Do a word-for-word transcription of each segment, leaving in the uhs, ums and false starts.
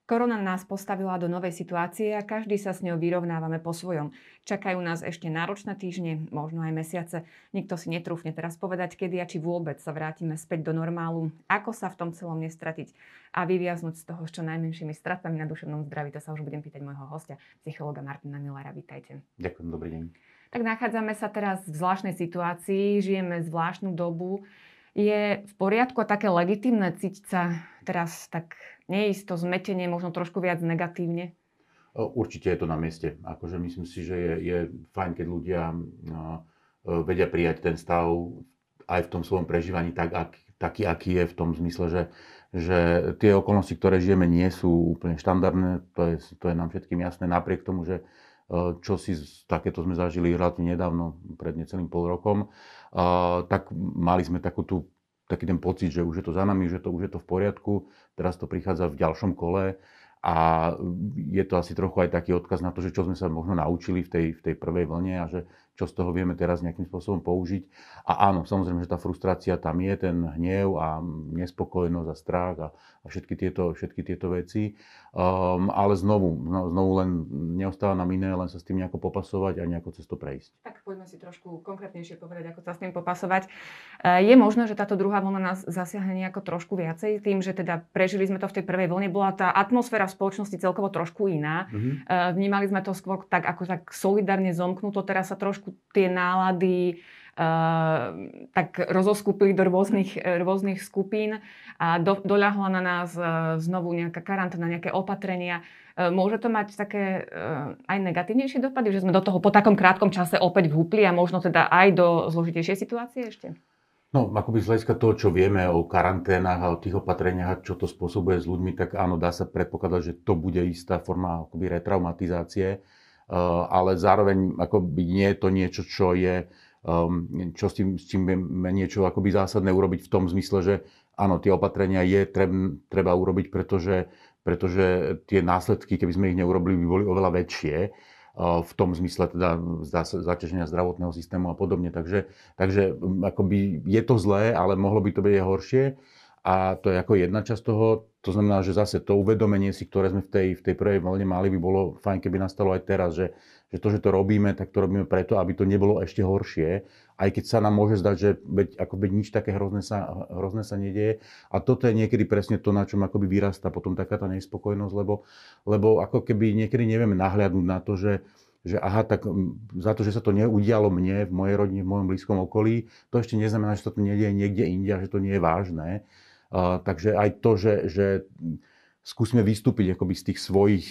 Korona nás postavila do novej situácie a každý sa s ňou vyrovnávame po svojom. Čakajú nás ešte náročné týždne, možno aj mesiace. Nikto si netrúfne teraz povedať, kedy a či vôbec sa vrátime späť do normálu, ako sa v tom celom nestratiť a vyviaznuť z toho s čo najmenšími stratami na duševnom zdraví. To sa už budem pýtať môjho hostia, psychologa Martina Millara. Vítajte. Ďakujem, dobrý deň. Tak nachádzame sa teraz v zvláštnej situácii, žijeme zvláštnu dobu. Je v poriadku a také legitímne cítiť sa teraz tak neisto, zmetenie, možno trošku viac negatívne? Určite je to na mieste. Akože myslím si, že je, je fajn, keď ľudia no, vedia prijať ten stav aj v tom svojom prežívaní tak, ak, taký, aký je, v tom zmysle, že, že tie okolnosti, ktoré žijeme, nie sú úplne štandardné. To je, to je nám všetkým jasné, napriek tomu, že čo si takéto sme zažili relatívne nedávno, pred necelým pol rokom, uh, tak mali sme takú tú, taký ten pocit, že už je to za nami, že to, už je to v poriadku, teraz to prichádza v ďalšom kole a je to asi trochu aj taký odkaz na to, že čo sme sa možno naučili v tej, v tej prvej vlne a že čo z toho vieme teraz nejakým spôsobom použiť. A áno, samozrejme, že tá frustrácia tam je, ten hnev a nespokojnosť a strach a, a všetky, tieto, všetky tieto veci. Um, ale znovu, no, znovu len neostáva nám iné, len sa s tým nejako popasovať a nejako cez to prejsť. Tak poďme si trošku konkrétnejšie povedať, ako sa s tým popasovať. Je možné, že táto druhá vlna nás zasiahne nejako trošku viacej, tým, že teda prežili sme to v tej prvej vlne, bola tá atmosféra v spoločnosti celkovo trošku iná. Mm-hmm. Vnímali sme to skôr tak, ako tak solidárne zomknuto, teraz sa trošku tie nálady Uh, tak rozoskupili do rôznych, rôznych skupín a do, doľahla na nás uh, znovu nejaká karanténa, nejaké opatrenia. Uh, môže to mať také uh, aj negatívnejšie dopady, že sme do toho po takom krátkom čase opäť vhúpli a možno teda aj do zložitejšej situácie ešte? No, akoby z hľadiska toho, čo vieme o karanténach a o tých opatreniach, čo to spôsobuje s ľuďmi, tak áno, dá sa predpokladať, že to bude istá forma akoby retraumatizácie, uh, ale zároveň akoby nie je to niečo, čo je Um, čo s tým, s tým vieme niečo akoby zásadné urobiť v tom zmysle, že áno, tie opatrenia je treb, treba urobiť, pretože, pretože tie následky, keby sme ich neurobili, by boli oveľa väčšie uh, v tom zmysle teda zaťaženia zdravotného systému a podobne. Takže, takže um, akoby je to zlé, ale mohlo by to byť aj horšie. A to je ako jedna časť toho. To znamená, že zase to uvedomenie si, ktoré sme v tej, v tej prvej vlne mali, by bolo fajn, keby nastalo aj teraz, že, že to, že to robíme, tak to robíme preto, aby to nebolo ešte horšie. Aj keď sa nám môže zdať, že veď, akoby nič také hrozné sa, hrozné sa nedieje. A toto je niekedy presne to, na čom akoby vyrastá potom taká tá nespokojnosť, lebo, lebo ako keby niekedy nevieme nahliadnúť na to, že že aha, tak za to, že sa to neudialo mne, v mojej rodine, v mojom blízkom okolí, to ešte neznamená, že sa to nedieje niekde inde a že to nie je vážne. Uh, takže aj to, že, že skúsme vystúpiť akoby z tých svojich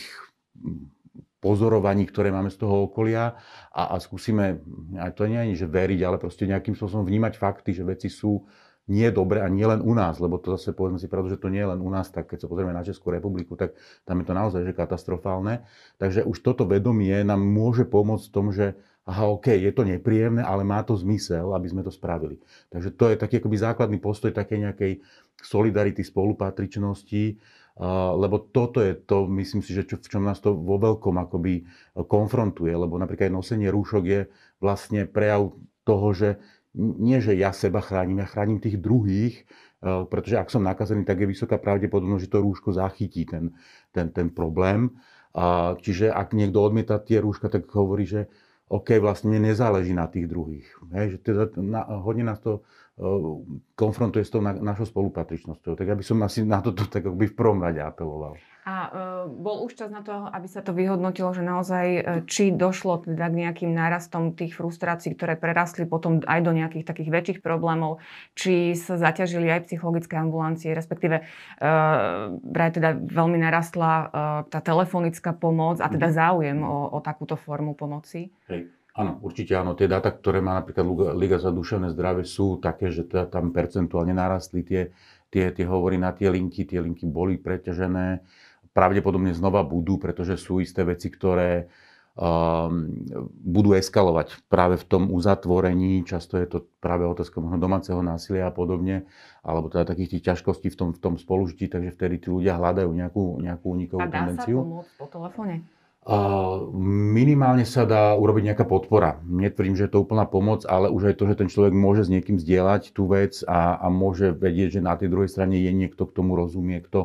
pozorovaní, ktoré máme z toho okolia a, a skúsime, aj to nie je, že veriť, ale proste nejakým spôsobom vnímať fakty, že veci sú nie dobre a nie len u nás, lebo to zase povedzme si pravdu, že to nie je len u nás, tak keď sa pozrieme na Českú republiku, tak tam je to naozaj že katastrofálne. Takže už toto vedomie nám môže pomôcť v tom, že aha, OK, je to nepríjemné, ale má to zmysel, aby sme to spravili. Takže to je taký akoby základný postoj takej nejakej solidarity, spolupatričnosti, lebo toto je to, myslím si, že čo, v čom nás to vo veľkom akoby konfrontuje, lebo napríklad nosenie rúšok je vlastne prejav toho, že nie, že ja seba chránim, ja chránim tých druhých, pretože ak som nakazený, tak je vysoká pravdepodobnosť, že to rúško zachytí ten, ten, ten problém. Čiže ak niekto odmieta tie rúška, tak hovorí, že OK, vlastne mne nezáleží na tých druhých. Hej, že teda na, hodne nás to uh, konfrontuje s tou na, našou spolupatričnosťou. Tak ja by som asi na toto tak by v prvom rade apeloval. A uh, bol už čas na to, aby sa to vyhodnotilo, že naozaj, uh, či došlo teda k nejakým nárastom tých frustrácií, ktoré prerastli potom aj do nejakých takých väčších problémov, či sa zaťažili aj psychologické ambulancie, respektíve uh, vraj teda veľmi narastla uh, tá telefonická pomoc a teda záujem o, o takúto formu pomoci. Hej. Áno, určite áno. Tie dáta, ktoré má napríklad Liga za duševné zdravie, sú také, že teda tam percentuálne narastli tie, tie, tie hovory na tie linky. Tie linky boli preťažené. Pravdepodobne znova budú, pretože sú isté veci, ktoré um, budú eskalovať práve v tom uzatvorení. Často je to práve otázka možno domáceho násilia a podobne, alebo teda takých tých ťažkostí v tom, v tom spolužití, takže vtedy tí ľudia hľadajú nejakú, nejakú únikovú tendenciu. A dá sa pomôcť po telefóne? Uh, minimálne sa dá urobiť nejaká podpora. Netvrdím, že je to úplná pomoc, ale už aj to, že ten človek môže s niekým zdieľať tú vec a, a môže vedieť, že na tej druhej strane je niekto, k tomu rozumie, kto,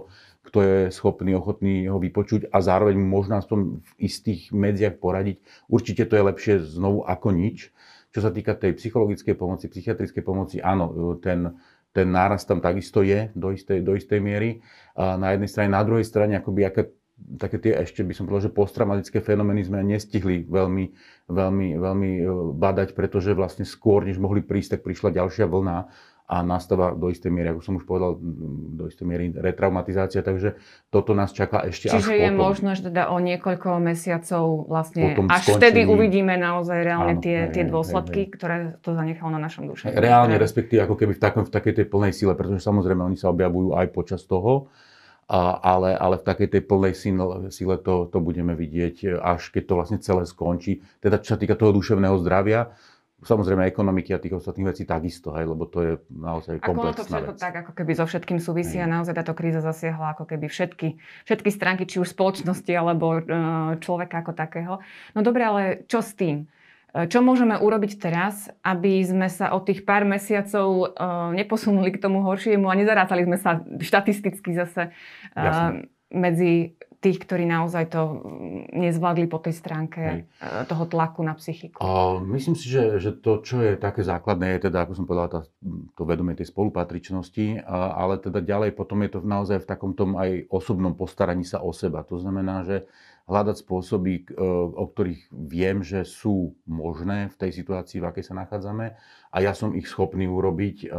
kto je schopný, ochotný ho vypočuť a zároveň mu možno aspoň v istých medziach poradiť. Určite to je lepšie znovu ako nič. Čo sa týka tej psychologickej pomoci, psychiatrickej pomoci, áno, ten, ten nárast tam takisto je do istej, do istej miery. A na jednej strane, na druhej strane, akoby aké, také tie ešte by som povedal, že posttraumatické fenomény sme nestihli veľmi, veľmi, veľmi badať, pretože vlastne skôr, než mohli prísť, tak prišla ďalšia vlna a nastáva do istej miery, ako som už povedal, do istej miery retraumatizácia, takže toto nás čaká ešte až Čiže je potom. možno, že teda o niekoľko mesiacov vlastne Potom až skončení. Vtedy uvidíme naozaj reálne Áno, tie, hej, tie hej, dôsledky, hej, hej. ktoré to zanechalo na našom duši. Reálne, respektíve ako keby v, takom, v takej tej plnej sile, pretože samozrejme oni sa objavujú aj počas toho, a, ale, ale v takej tej plnej sile to, to budeme vidieť, až keď to vlastne celé skončí. Teda čo sa týka toho duševného zdravia, samozrejme ekonomiky a tých ostatných vecí takisto, hej, lebo to je naozaj komplexná vec. Ako to vec. tak ako keby so všetkým súvisí a naozaj táto kríza zasiahla ako keby všetky, všetky stránky, či už spoločnosti alebo človeka ako takého. No dobre, ale čo s tým? Čo môžeme urobiť teraz, aby sme sa od tých pár mesiacov neposunuli k tomu horšiemu a nezarátali sme sa štatisticky zase Jasne. medzi tých, ktorí naozaj to nezvládli po tej stránke Hej. toho tlaku na psychiku? A myslím si, že, že to, čo je také základné, je teda, ako som povedal, tá, to vedomie tej spolupatričnosti, a, ale teda ďalej potom je to naozaj v takom tom aj osobnom postaraní sa o seba. To znamená, že hľadať spôsoby, o ktorých viem, že sú možné v tej situácii, v akej sa nachádzame a ja som ich schopný urobiť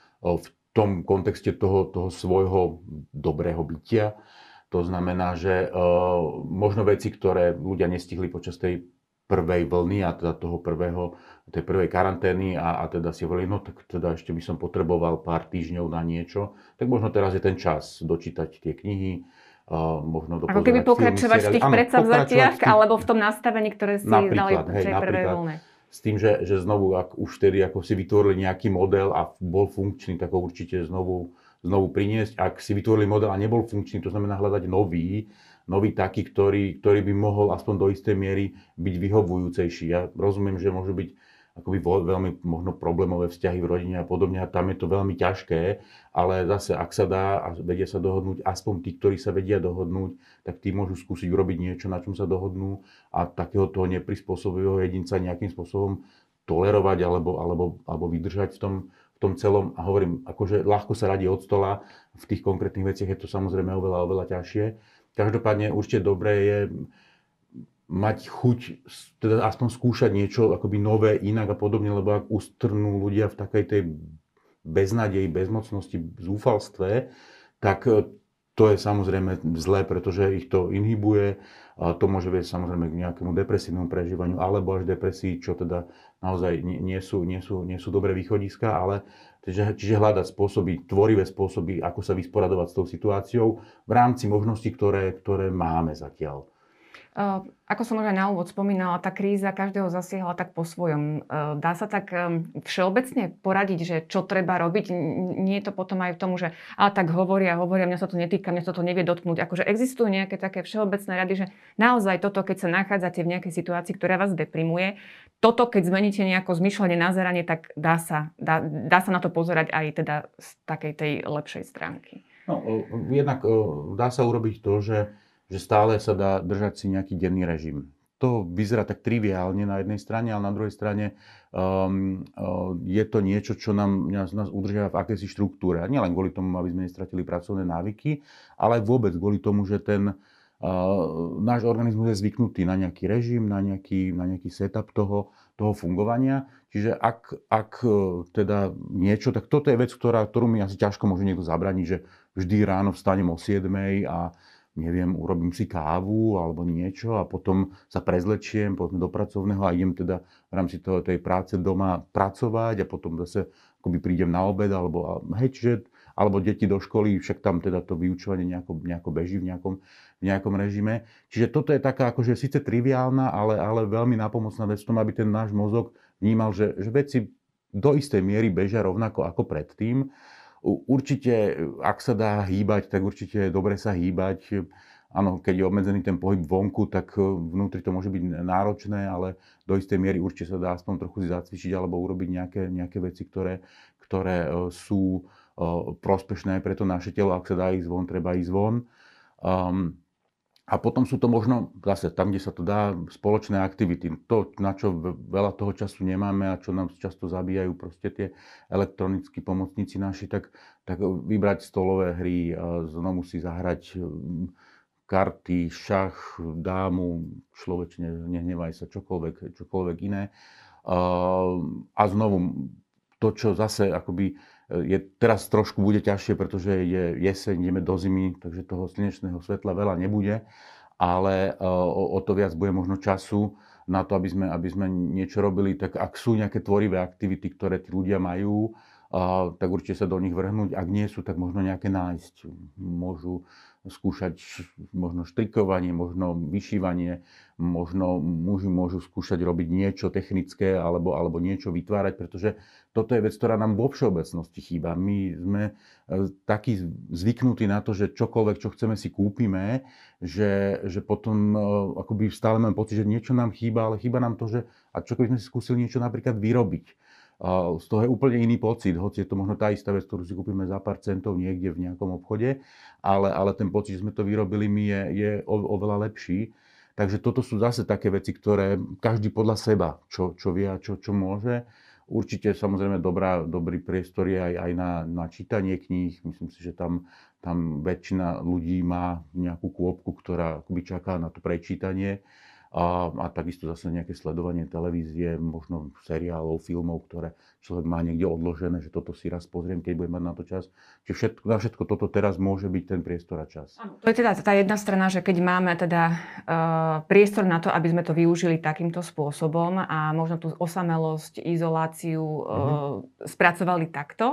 v tom kontexte toho, toho svojho dobrého bytia. To znamená, že uh, možno veci, ktoré ľudia nestihli počas tej prvej vlny a teda toho prvého, tej prvej karantény a, a teda si hovorili, no tak teda ešte by som potreboval pár týždňov na niečo, tak možno teraz je ten čas dočítať tie knihy, uh, možno dopozerať ako keby pokračovať v tých predsavzatiach tých... alebo v tom nastavení, ktoré si dali v tej prvej vlne. S tým, že, že znovu, ak už vtedy ako si vytvorili nejaký model a bol funkčný, tak ho určite znovu znovu priniesť. Ak si vytvorili model a nebol funkčný, to znamená hľadať nový, nový taký, ktorý, ktorý by mohol aspoň do istej miery byť vyhovujúcejší. Ja rozumiem, že môžu byť akoby veľmi možno problémové vzťahy v rodine a podobne a tam je to veľmi ťažké, ale zase ak sa dá a vedia sa dohodnúť, aspoň tí, ktorí sa vedia dohodnúť, tak tí môžu skúsiť urobiť niečo, na čom sa dohodnú a takého toho neprispôsobivého jedinca nejakým spôsobom tolerovať alebo, alebo, alebo vydržať v tom, v tom celom. A hovorím, akože ľahko sa radí od stola, v tých konkrétnych veciach je to samozrejme oveľa, oveľa ťažšie. Každopádne určite dobré je mať chuť, teda aspoň skúšať niečo akoby nové, inak a podobne, lebo ak ustrnú ľudia v takej tej beznádeji, bezmocnosti, zúfalstve, tak to je samozrejme zlé, pretože ich to inhibuje a to môže viesť samozrejme k nejakému depresívnemu prežívaniu alebo až depresii, čo teda naozaj nie, nie, sú, nie, sú, nie sú dobré východiska, ale čiže, čiže hľadať spôsoby, tvorivé spôsoby, ako sa vysporadovať s tou situáciou v rámci možností, ktoré, ktoré máme zatiaľ. Uh, ako som už aj na úvod spomínala, tá kríza každého zasiahla tak po svojom. Uh, dá sa tak um, všeobecne poradiť, že čo treba robiť? Nie je to potom aj v tom, že a tak hovoria, hovoria, mňa sa to netýka, mňa sa to nevie dotknúť. Akože existujú nejaké také všeobecné rady, že naozaj toto, keď sa nachádzate v nejakej situácii, ktorá vás deprimuje, toto, keď zmeníte nejako zmýšľanie, nazeranie, tak dá sa, dá, dá sa na to pozerať aj teda z takej tej lepšej stránky. No, jednak dá sa urobiť to, že že stále sa dá držať si nejaký denný režim. To vyzerá tak triviálne na jednej strane, ale na druhej strane um, uh, je to niečo, čo nám, nás, nás udržiava v akejsi štruktúre. A nielen kvôli tomu, aby sme nestratili pracovné návyky, ale aj vôbec kvôli tomu, že ten uh, náš organizmus je zvyknutý na nejaký režim, na nejaký, na nejaký setup toho, toho fungovania. Čiže ak, ak teda niečo, tak toto je vec, ktorá, ktorú mi asi ťažko môže niekto zabraniť, že vždy ráno vstanem o siedmej a neviem, urobím si kávu alebo niečo a potom sa prezlečiem, potom do pracovného a idem teda v rámci toho, tej práce doma pracovať a potom zase akoby prídem na obed alebo, hej, čiže, alebo deti do školy, však tam teda to vyučovanie nejako, nejako beží v nejakom, v nejakom režime. Čiže toto je taká akože síce triviálna, ale, ale veľmi nápomocná vec v tom, aby ten náš mozog vnímal, že, že veci do istej miery bežia rovnako ako predtým. Určite, ak sa dá hýbať, tak určite je dobre sa hýbať. Áno, keď je obmedzený ten pohyb vonku, tak vnútri to môže byť náročné, ale do istej miery určite sa dá aspoň trochu si zacvičiť alebo urobiť nejaké, nejaké veci, ktoré, ktoré sú prospešné pre to naše telo. Ak sa dá ísť von, treba ísť von. Um, a potom sú to možno zase tam, kde sa to dá, spoločné aktivity. To, na čo veľa toho času nemáme a čo nám často zabíjajú proste tie elektronickí pomocníci naši, tak, tak vybrať stolové hry a znovu si zahrať karty, šach, dámu, človečne, nehnevaj sa, čokoľvek, čokoľvek iné. A znovu to, čo zase akoby je, teraz trošku bude ťažšie, pretože je jeseň, ideme do zimy, takže toho slnečného svetla veľa nebude, ale o, o to viac bude možno času na to, aby sme, aby sme niečo robili. Tak ak sú nejaké tvorivé aktivity, ktoré tí ľudia majú, a, tak určite sa do nich vrhnúť. Ak nie sú, tak možno nejaké nájsť. Môžu skúšať možno štrikovanie, možno vyšívanie, možno muži môžu skúšať robiť niečo technické alebo, alebo niečo vytvárať, pretože toto je vec, ktorá nám vo všeobecnosti chýba. My sme takí zvyknutí na to, že čokoľvek, čo chceme, si kúpime, že, že potom akoby stále máme pocit, že niečo nám chýba, ale chýba nám to, že a čo keby sme si skúsili niečo napríklad vyrobiť. Z toho je úplne iný pocit, hoci je to možno tá istá vec, ktorú si kúpime za pár centov niekde v nejakom obchode, ale, ale ten pocit, že sme to vyrobili my, je, je o, oveľa lepší. Takže toto sú zase také veci, ktoré každý podľa seba, čo, čo vie a čo, čo môže. Určite samozrejme dobrá, dobrý priestor je aj, aj na, na čítanie kníh. Myslím si, že tam, tam väčšina ľudí má nejakú kôpku, ktorá akoby čaká na to prečítanie. A, a takisto zase nejaké sledovanie televízie, možno seriálov, filmov, ktoré človek má niekde odložené, že toto si raz pozriem, keď budem mať na to čas. Čiže všetko, na všetko toto teraz môže byť ten priestor a čas. Áno, to je teda tá jedna strana, že keď máme teda uh, priestor na to, aby sme to využili takýmto spôsobom a možno tú osamelosť, izoláciu uh, mm-hmm. spracovali takto.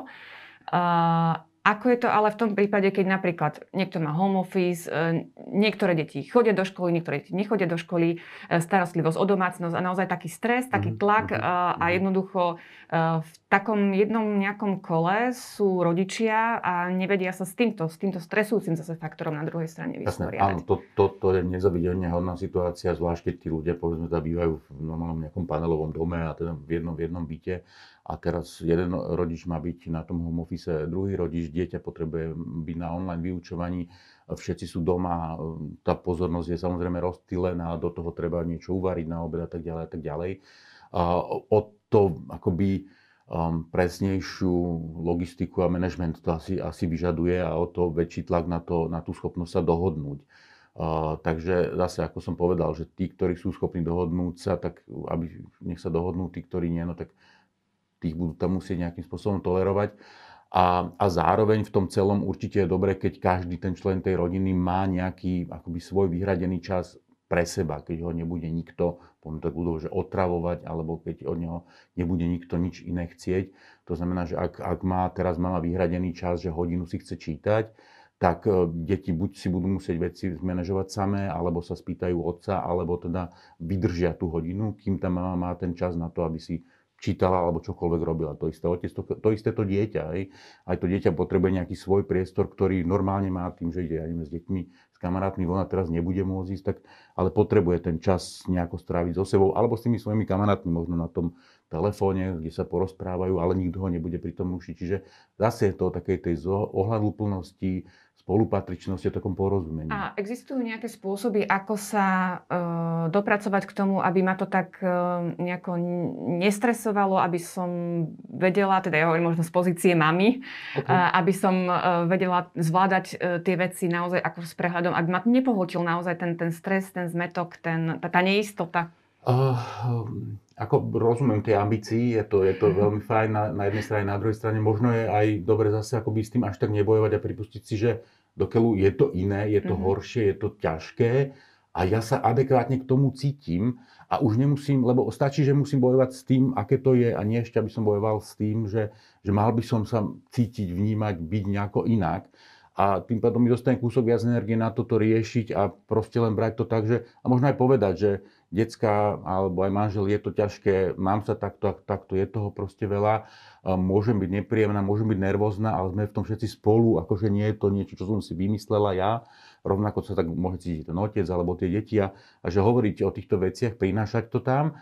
Uh, Ako je to ale v tom prípade, keď napríklad niekto má home office, niektoré deti chodia do školy, niektoré deti nechodia do školy, starostlivosť o domácnosť a naozaj taký stres, taký tlak a jednoducho v takom jednom nejakom kole sú rodičia a nevedia sa s týmto, s týmto stresujúcim zase faktorom na druhej strane vysporiadať. Áno, to, to, to je nezavidenie hodná situácia, zvlášť keď tí ľudia povedzme teda bývajú v normálnom nejakom panelovom dome a teda v jednom, v jednom byte. A teraz jeden rodič má byť na tom home office, druhý rodič, dieťa potrebuje byť na online vyučovaní, všetci sú doma, tá pozornosť je samozrejme rozptýlená, do toho treba niečo uvariť na obed a tak ďalej a tak ďalej. A o to akoby um, presnejšiu logistiku a manažment to asi, asi vyžaduje a o to väčší tlak na, to, na tú schopnosť sa dohodnúť. Uh, takže zase, ako som povedal, že tí, ktorí sú schopní dohodnúť sa, tak aby nech sa dohodnú, tí, ktorí nie, no tak tých budú tam musieť nejakým spôsobom tolerovať. A, a zároveň v tom celom určite je dobré, keď každý ten člen tej rodiny má nejaký akoby svoj vyhradený čas pre seba, keď ho nebude nikto, poviem tak budú, že otravovať, alebo keď od neho nebude nikto nič iné chcieť. To znamená, že ak, ak má teraz mama vyhradený čas, že hodinu si chce čítať, tak deti buď si budú musieť veci zmanéžovať samé, alebo sa spýtajú otca, alebo teda vydržia tú hodinu, kým tá mama má ten čas na to, aby si čítala alebo čokoľvek robila. To isté otec, to, to isté to dieťa. Aj. aj to dieťa potrebuje nejaký svoj priestor, ktorý normálne má tým, že ide aj s deťmi, s kamarátmi, ona teraz nebude môcť ísť, tak, ale potrebuje ten čas nejako stráviť so sebou alebo s tými svojimi kamarátmi, možno na tom telefóne, kde sa porozprávajú, ale nikto ho nebude pri tom rušiť. Čiže zase je to o takej tej ohľaduplnosti, spolupatričnosti a takom porozumení. A existujú nejaké spôsoby, ako sa e, dopracovať k tomu, aby ma to tak e, nejako nestresovalo, aby som vedela, teda ja hovorím možno z pozície mamy, okay. e, aby som e, vedela zvládať e, tie veci naozaj ako s prehľadom, aby ma nepohltil naozaj ten, ten stres, ten zmätok, ten, tá, tá neistota? Uh, ako rozumiem tej ambícii, je to, je to veľmi fajn na, na jednej strane, na druhej strane možno je aj dobre zase akoby s tým až tak nebojovať a pripustiť si, že dokeľu je to iné, je to mm-hmm. horšie, je to ťažké a ja sa adekvátne k tomu cítim a už nemusím, lebo stačí, že musím bojovať s tým, aké to je a nie ešte, aby som bojoval s tým, že, že mal by som sa cítiť, vnímať, byť nejako inak. A tým pádom mi dostane kúsok viac energie na toto riešiť a proste len brať to tak, že a možno aj povedať, že decka alebo aj manžel, je to ťažké, mám sa takto, takto, je toho proste veľa, môžem byť nepríjemná, môžem byť nervózna, ale sme v tom všetci spolu, akože nie je to niečo, čo som si vymyslela ja, rovnako sa tak môže cítiť ten otec alebo tie deti a, a že hovoriť o týchto veciach, prinášať to tam.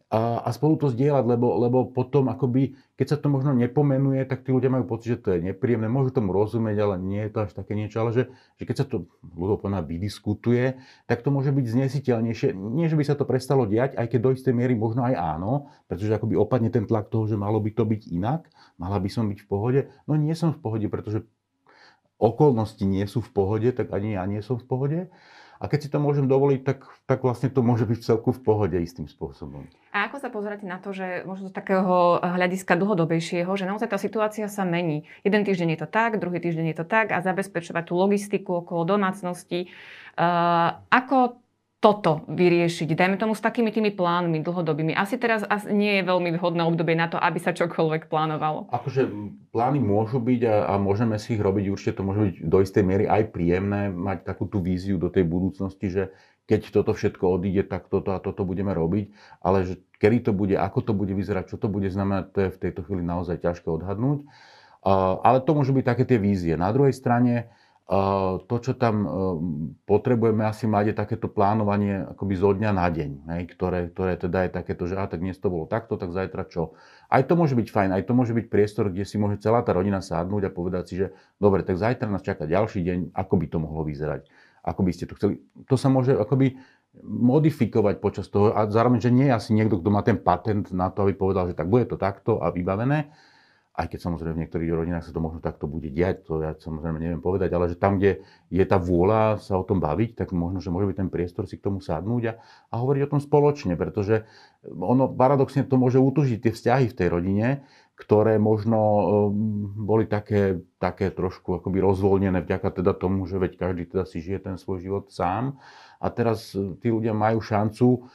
a, a spolu to zdieľať, lebo, lebo potom akoby, keď sa to možno nepomenuje, tak tí ľudia majú pocit, že to je nepríjemné, môžu tomu rozumieť, ale nie je to až také niečo, ale že, že keď sa to ľudopovedané vydiskutuje, tak to môže byť znesiteľnejšie. Nie, že by sa to prestalo diať, aj keď do istej miery možno aj áno, pretože akoby opadne ten tlak toho, že malo by to byť inak, mala by som byť v pohode. No nie som v pohode, pretože okolnosti nie sú v pohode, tak ani ja nie som v pohode. A keď si to môžem dovoliť, tak, tak vlastne to môže byť v celku v pohode istým spôsobom. A ako sa pozeráte na to, že možno z takého hľadiska dlhodobejšieho, že naozaj tá situácia sa mení. Jeden týždeň je to tak, druhý týždeň je to tak a zabezpečovať tú logistiku okolo domácnosti. Uh, ako toto vyriešiť, dajme tomu s takými tými plánmi dlhodobými? Asi teraz asi nie je veľmi vhodné obdobie na to, aby sa čokoľvek plánovalo. Akože plány môžu byť a, a môžeme si ich robiť, určite to môže byť do istej miery aj príjemné, mať takú tú víziu do tej budúcnosti, že keď toto všetko odíde, tak toto a toto budeme robiť, ale že kedy to bude, ako to bude vyzerať, čo to bude znamenať, to je v tejto chvíli naozaj ťažké odhadnúť. Uh, ale to môžu byť také tie vízie. Na druhej strane, Uh, to, čo tam uh, potrebujeme asi mať, je takéto plánovanie akoby zo dňa na deň, hej, ktoré, ktoré teda je takéto, že a tak dnes to bolo takto, tak zajtra čo. Aj to môže byť fajn, aj to môže byť priestor, kde si môže celá tá rodina sadnúť a povedať si, že dobre, tak zajtra nás čaká ďalší deň, ako by to mohlo vyzerať, ako by ste to chceli. To sa môže akoby modifikovať počas toho a zároveň, že nie je asi niekto, kto má ten patent na to, aby povedal, že tak bude to takto a vybavené. Aj keď samozrejme v niektorých rodinách sa to možno takto bude diať, to ja samozrejme neviem povedať, ale že tam, kde je tá vôľa sa o tom baviť, tak možno, že môže byť ten priestor si k tomu sadnúť a, a hovoriť o tom spoločne, pretože ono paradoxne to môže utužiť tie vzťahy v tej rodine, ktoré možno um, boli také, také trošku akoby rozvoľnené vďaka teda tomu, že veď každý teda si žije ten svoj život sám a teraz tí ľudia majú šancu,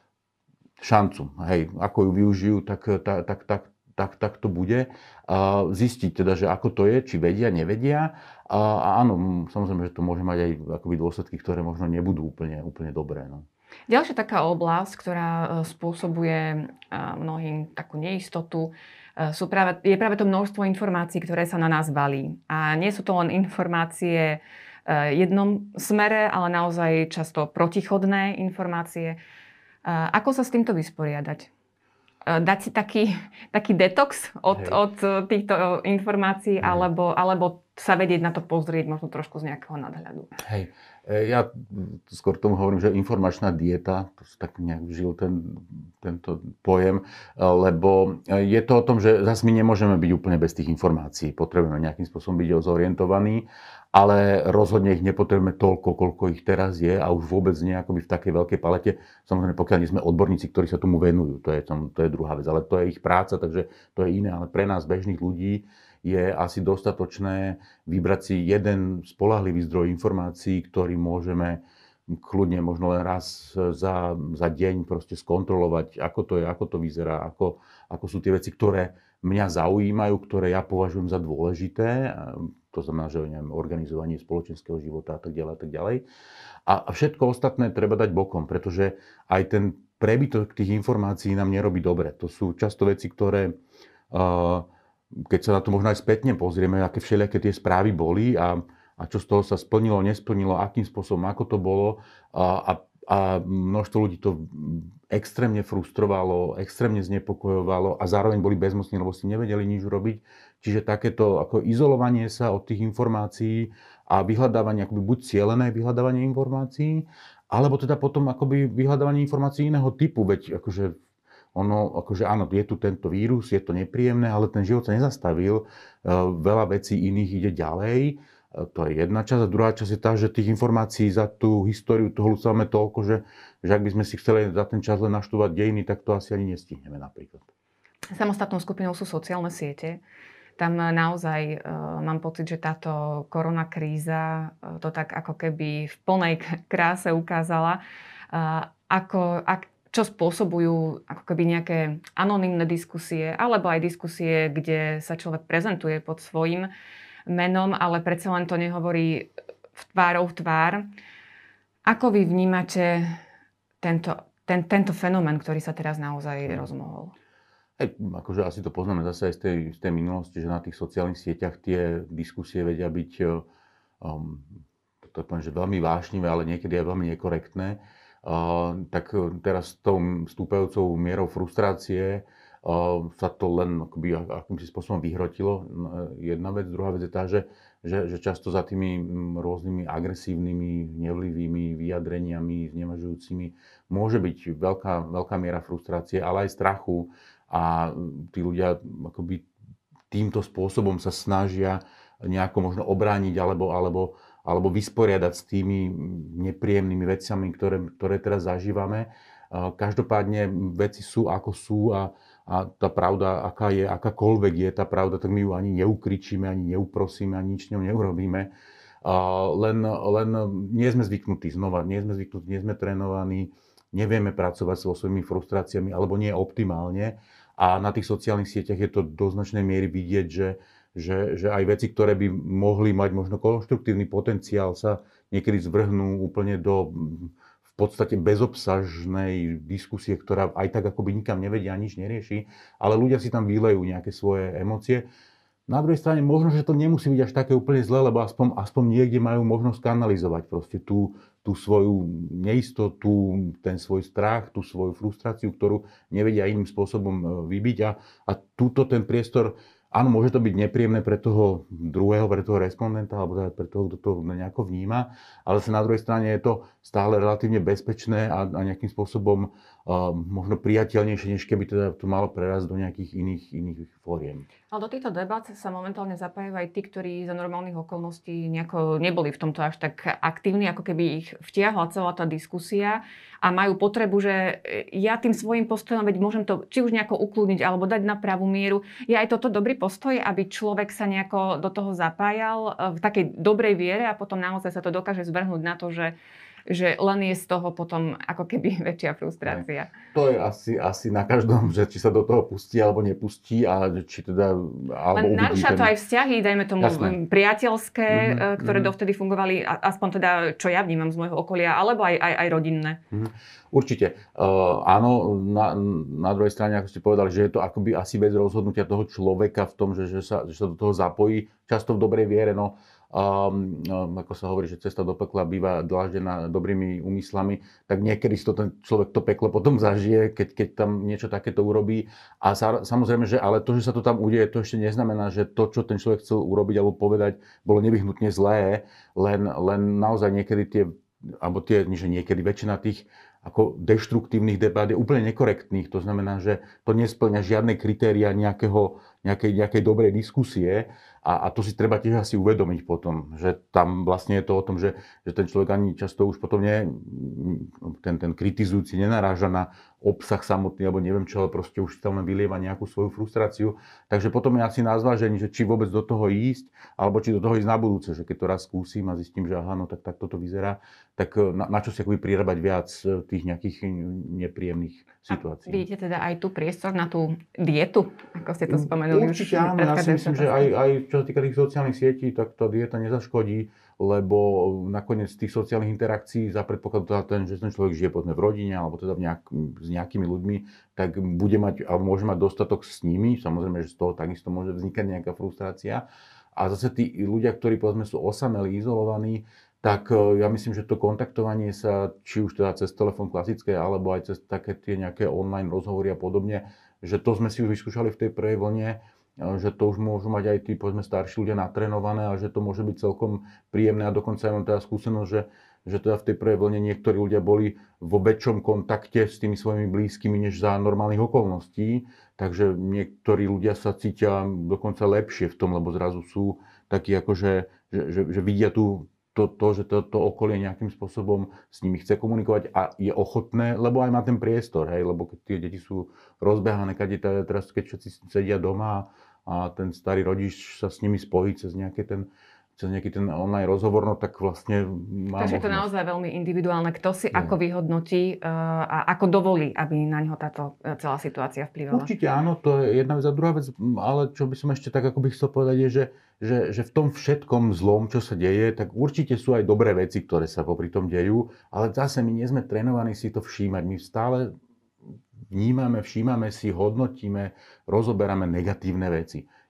šancu, hej, ako ju využijú, tak, tak, tak, tak tak, tak to bude. A zistiť teda, že ako to je, či vedia, nevedia. A, a áno, samozrejme, že to môže mať aj akoby dôsledky, ktoré možno nebudú úplne, úplne dobré. No. Ďalšia taká oblasť, ktorá spôsobuje mnohým takú neistotu, sú práve, je práve to množstvo informácií, ktoré sa na nás valí. A nie sú to len informácie v jednom smere, ale naozaj často protichodné informácie. Ako sa s týmto vysporiadať? Dať si taký, taký detox od, od týchto informácií, alebo, alebo sa vedieť na to pozrieť možno trošku z nejakého nadhľadu. Hej, ja skôr tomu hovorím, že informačná dieta, to si tak nejak žil ten, tento pojem, lebo je to o tom, že zase my nemôžeme byť úplne bez tých informácií. Potrebujeme nejakým spôsobom byť zorientovaní, ale rozhodne ich nepotrebujeme toľko, koľko ich teraz je a už vôbec nie akoby v takej veľkej palete. Samozrejme, pokiaľ nie sme odborníci, ktorí sa tomu venujú, to je, to je druhá vec, ale to je ich práca, takže to je iné. Ale pre nás, bežných ľudí, je asi dostatočné vybrať si jeden spoľahlivý zdroj informácií, ktorý môžeme kľudne možno len raz za, za deň proste skontrolovať, ako to je, ako to vyzerá, ako, ako sú tie veci, ktoré mňa zaujímajú, ktoré ja považujem za dôležité. To znamená, že neviem, organizovanie spoločenského života a tak ďalej a tak ďalej. A všetko ostatné treba dať bokom, pretože aj ten prebytok tých informácií nám nerobí dobre. To sú často veci, ktoré, keď sa na to možno aj spätne pozrieme, aké všelijaké tie správy boli a, a čo z toho sa splnilo, nesplnilo, akým spôsobom, ako to bolo a, a a množstvo ľudí to extrémne frustrovalo, extrémne znepokojovalo a zároveň boli bezmocní, lebo si nevedeli nič robiť. Čiže takéto ako izolovanie sa od tých informácií a vyhľadávanie, akoby buď cielené vyhľadávanie informácií, alebo teda potom akoby vyhľadávanie informácií iného typu, veď akože ono, akože áno, je tu tento vírus, je to nepríjemné, ale ten život sa nezastavil, veľa vecí iných ide ďalej. To je jedna časť. A druhá časť je tá, že tých informácií za tú históriu toho ľudstva máme toľko, že, že ak by sme si chceli za ten čas len naštudovať dejiny, tak to asi ani nestihneme napríklad. Samostatnou skupinou sú sociálne siete. Tam naozaj uh, mám pocit, že táto korona kríza uh, to tak ako keby v plnej kráse ukázala, uh, ako, ak, čo spôsobujú ako keby nejaké anonymné diskusie, alebo aj diskusie, kde sa človek prezentuje pod svojím menom, ale predsa len to nehovorí v tvárou v tvár. Ako vy vnímate tento, ten, tento fenomén, ktorý sa teraz naozaj rozmohol? Hej, akože asi to poznáme zase aj z tej, z tej minulosti, že na tých sociálnych sieťach tie diskusie vedia byť um, to poviem, že veľmi vášnivé, ale niekedy aj veľmi nekorektné. tak teraz s tou stúpajúcou mierou frustrácie sa to len akoby akýmsi spôsobom vyhrotilo. Jedna vec, druhá vec je tá, že, že, že často za tými rôznymi agresívnymi, nevlivými vyjadreniami, znevažujúcimi môže byť veľká, veľká miera frustrácie, ale aj strachu a tí ľudia akoby týmto spôsobom sa snažia nejako možno obrániť alebo, alebo, alebo vysporiadať s tými nepríjemnými vecami, ktoré, ktoré teraz zažívame. Každopádne veci sú ako sú a, a tá pravda, aká je, akákoľvek je tá pravda, tak my ju ani neukričíme, ani neuprosíme, ani nič s ňou neurobíme. Len, len nie sme zvyknutí znova, nie sme zvyknutí, nie sme trénovaní, nevieme pracovať so svojimi frustráciami alebo nie optimálne. A na tých sociálnych sieťach je to do značnej miery vidieť, že, že, že aj veci, ktoré by mohli mať možno konštruktívny potenciál, sa niekedy zvrhnú úplne do v podstate bezobsažnej diskusie, ktorá aj tak akoby nikam nevedia a nič nerieši, ale ľudia si tam vylejú nejaké svoje emócie. Na druhej strane možno, že to nemusí byť až také úplne zlé, lebo aspoň, aspoň niekde majú možnosť kanalizovať proste tú, tú svoju neistotu, ten svoj strach, tú svoju frustráciu, ktorú nevedia iným spôsobom vybiť. A, a túto ten priestor, áno, môže to byť nepríjemné pre toho druhého, pre toho respondenta, alebo pre toho, kto to nejako vníma, ale sa na druhej strane je to stále relatívne bezpečné a, a nejakým spôsobom uh, možno priateľnejšie, než keby teda to malo prerásť do nejakých iných, iných fóriem. Ale do týchto debát sa momentálne zapájajú aj tí, ktorí za normálnych okolností nejako neboli v tomto až tak aktívni, ako keby ich vtiahla celá tá diskusia a majú potrebu, že ja tým svojím postojom, veď môžem to či už nejako ukludniť alebo dať na pravú mieru. Je aj toto dobrý postoj, aby človek sa nejako do toho zapájal v takej dobrej viere a potom naozaj sa to dokáže zvrhnúť na to, že že len je z toho potom ako keby väčšia frustrácia. To je asi, asi na každom, že či sa do toho pustí alebo nepustí a či teda... Len narúša to aj vzťahy, dajme tomu Jasné. priateľské, mm-hmm. ktoré mm-hmm. dovtedy fungovali, aspoň teda, čo ja vnímam z môjho okolia, alebo aj, aj, aj rodinné. Mm-hmm. Určite. Uh, áno, na, na druhej strane, ako ste povedali, že je to akoby asi bez rozhodnutia toho človeka v tom, že, že, sa, že sa do toho zapojí, často v dobrej viere, no Um, um, ako sa hovorí, že cesta do pekla býva dláždená dobrými úmyslami, tak niekedy si to ten človek to peklo potom zažije, keď, keď tam niečo takéto urobí. A sa, samozrejme, že ale to, že sa to tam udeje, to ešte neznamená, že to, čo ten človek chcel urobiť alebo povedať, bolo nevyhnutne zlé, len, len naozaj niekedy tie, alebo tie, že niekedy väčšina tých ako deštruktívnych debát je úplne nekorektných. To znamená, že to nespĺňa žiadne kritéria nejakého, nejakej, nejakej dobrej diskusie. A, a to si treba tiež asi uvedomiť potom, že tam vlastne je to o tom, že, že ten človek ani často už potom nie, ten, ten kritizujúci nenaráža na obsah samotný, alebo neviem čo, ale proste už tam len vylieva nejakú svoju frustráciu. Takže potom je asi na zvážení, že či vôbec do toho ísť, alebo či do toho ísť na budúce, že keď to raz skúsim a zistím, že aha, no tak, tak toto vyzerá, tak na, na čo si akoby prirábať viac tých nejakých nepríjemných situácií. A vidíte teda aj tu priestor na tú dietu, ako ste to spomenuli? Určite áno, ja si myslím, že aj, aj čo sa týka tých sociálnych sietí, tak tá dieta nezaškodí, lebo nakoniec tých sociálnych interakcií za predpokladu teda ten, že ten človek žije povedzme v rodine alebo teda v nejak, s nejakými ľuďmi, tak bude mať alebo môže mať dostatok s nimi, samozrejme, že z toho takisto môže vznikať nejaká frustrácia. A zase tí ľudia, ktorí povedzme sú osamelí, izolovaní, tak ja myslím, že to kontaktovanie sa, či už teda cez telefón klasické, alebo aj cez také tie nejaké online rozhovory a podobne, že to sme si už vyskúšali v tej prvej vlne, že to už môžu mať aj tí, povedzme, starší ľudia natrénované a že to môže byť celkom príjemné a dokonca ja mám teda skúsenosť, že, že teda v tej prvej vlne niektorí ľudia boli vo väčšom kontakte s tými svojimi blízkymi než za normálnych okolností, takže niektorí ľudia sa cítia dokonca lepšie v tom, lebo zrazu sú takí akože, že, že, že vidia tú To, to, že to, to okolie nejakým spôsobom s nimi chce komunikovať a je ochotné, lebo aj má ten priestor, hej, lebo keď tie deti sú rozbehané, keď teraz keď všetci sedia doma a ten starý rodič sa s nimi spojí cez nejaký ten, cez nejaký ten online rozhovor, no tak vlastne má Takže je to naozaj veľmi individuálne, kto si je. Ako vyhodnotí uh, a ako dovolí, aby na neho táto celá situácia vplyvala. Určite áno, to je jedna vec a druhá vec, ale čo by som ešte tak ako by chcel povedať je, že Že, že v tom všetkom zlom, čo sa deje, tak určite sú aj dobré veci, ktoré sa popri tom dejú, ale zase my nie sme trénovaní si to všímať. My stále vnímame, všímame si, hodnotíme, rozoberáme negatívne veci.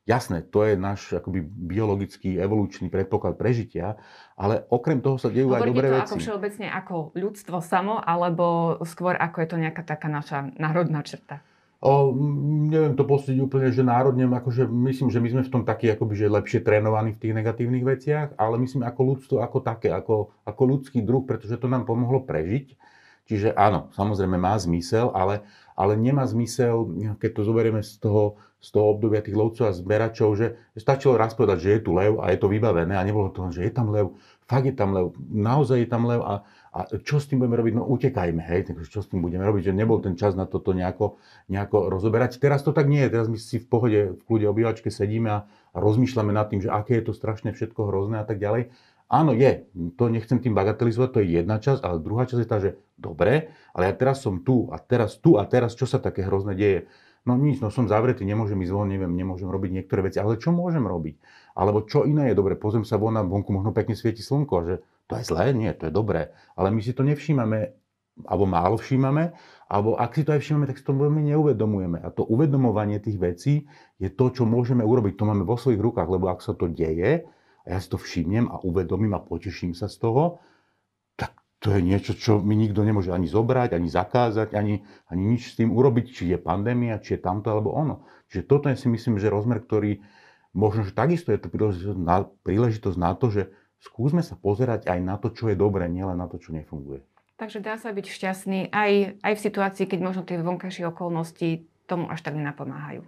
Jasné, to je náš akoby biologický, evolučný predpoklad prežitia, ale okrem toho sa dejú aj dobré to veci. Ako všeobecne ako ľudstvo samo, alebo skôr ako je to nejaká taká naša národná črta? O, neviem to posúdiť úplne, že národne, akože myslím, že my sme v tom takí akoby, že lepšie trénovaní v tých negatívnych veciach, ale myslím ako ľudstvo ako také, ako, ako ľudský druh, pretože to nám pomohlo prežiť. Čiže áno, samozrejme má zmysel, ale, ale nemá zmysel, keď to zoberieme z toho, z toho obdobia tých lovcov a zberačov, že stačilo raz povedať, že je tu lev a je to vybavené a nebolo to, že je tam lev, fakt je tam lev, naozaj je tam lev a, a čo s tým budeme robiť? No utekajme, hej, takže čo s tým budeme robiť, že nebol ten čas na toto nejako, nejako rozoberať. Teraz to tak nie je, teraz my si v pohode, v kľude obývačke sedíme a, a rozmýšľame nad tým, že aké je to strašne všetko hrozné a tak ďalej. Áno, je. To nechcem tým bagatelizovať, to je jedna časť, ale druhá časť je tá, že dobre, ale ja teraz som tu a teraz tu a teraz čo sa také hrozné deje? No nič, no som zavretý, nemôžem ísť von, neviem, nemôžem robiť niektoré veci, ale čo môžem robiť? Alebo čo iné je dobre? Pozriem sa von a vonku možno pekne svieti slnko, že to je zlé? Nie, to je dobré. Ale my si to nevšímame, alebo málo všímame, alebo ak si to aj všímame, tak si to veľmi neuvedomujeme. A to uvedomovanie tých vecí je to, čo môžeme urobiť. To máme vo svojich rukách, lebo ak sa to deje, a ja si to všimnem a uvedomím a poteším sa z toho, tak to je niečo, čo mi nikto nemôže ani zobrať, ani zakázať, ani, ani nič s tým urobiť, či je pandémia, či je tamto alebo ono. Čiže toto je si myslím, že rozmer, ktorý možno, že takisto je to príležitosť na, príležitosť na to, že skúsme sa pozerať aj na to, čo je dobré, nielen na to, čo nefunguje. Takže dá sa byť šťastný aj, aj v situácii, keď možno tie vonkajšie okolnosti tomu až tak nenapomáhajú.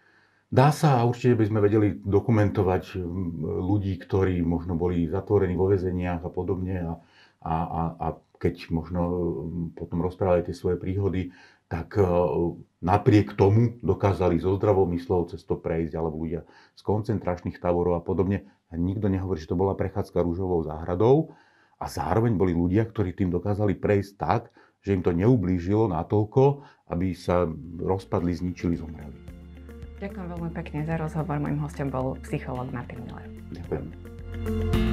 Dá sa a určite by sme vedeli dokumentovať ľudí, ktorí možno boli zatvorení vo väzeniach a podobne a, a, a, a keď možno potom rozprávali tie svoje príhody, tak napriek tomu dokázali so zdravou myslou cez to prejsť, alebo ľudia z koncentračných táborov a podobne. A nikto nehovorí, že to bola prechádzka rúžovou záhradou a zároveň boli ľudia, ktorí tým dokázali prejsť tak, že im to neublížilo natoľko, aby sa rozpadli, zničili, zomreli. Ďakujem veľmi pekne za rozhovor. Mojím hosťom bol psychológ Martin Miller. Ďakujem.